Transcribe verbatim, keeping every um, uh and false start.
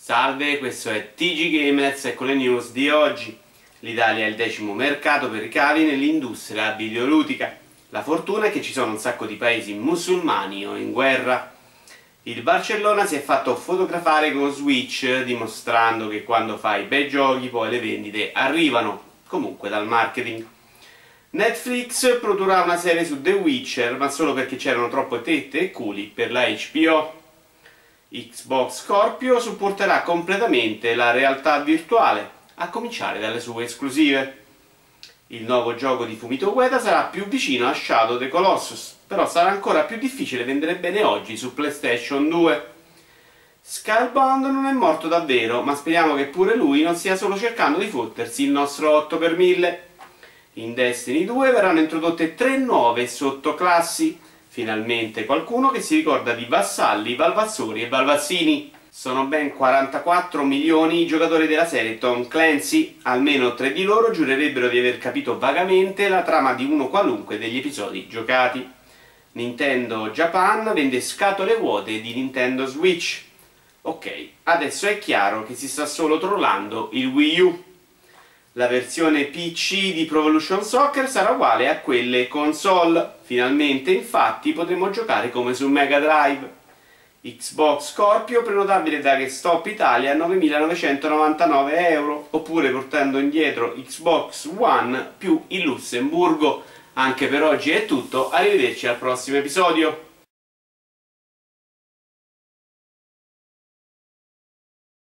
Salve, questo è T G Gamers e con le news di oggi. L'Italia è il decimo mercato per ricavi nell'industria videoludica. La fortuna è che ci sono un sacco di paesi musulmani o in guerra. Il Barcellona si è fatto fotografare con Switch, dimostrando che quando fai bei giochi poi le vendite arrivano, comunque dal marketing. Netflix produrrà una serie su The Witcher, ma solo perché c'erano troppe tette e culi per la H B O. Xbox Scorpio supporterà completamente la realtà virtuale, a cominciare dalle sue esclusive. Il nuovo gioco di Fumito Ueda sarà più vicino a Shadow of the Colossus, però sarà ancora più difficile vendere bene oggi su PlayStation due. Scalebound non è morto davvero, ma speriamo che pure lui non stia solo cercando di fottersi il nostro otto per mille. In Destiny due verranno introdotte tre nuove sottoclassi. Finalmente qualcuno che si ricorda di Vassalli, Valvassori e Valvassini. Sono ben quarantaquattro milioni i giocatori della serie Tom Clancy. Almeno tre di loro giurerebbero di aver capito vagamente la trama di uno qualunque degli episodi giocati. Nintendo Japan vende scatole vuote di Nintendo Switch. Ok, adesso è chiaro che si sta solo trollando il Wii U. La versione P C di Pro Evolution Soccer sarà uguale a quelle console. Finalmente, infatti, potremo giocare come su Mega Drive. Xbox Scorpio prenotabile da GameStop Italia a novemilanovecentonovantanove euro, oppure portando indietro Xbox One più il Lussemburgo. Anche per oggi è tutto, arrivederci al prossimo episodio.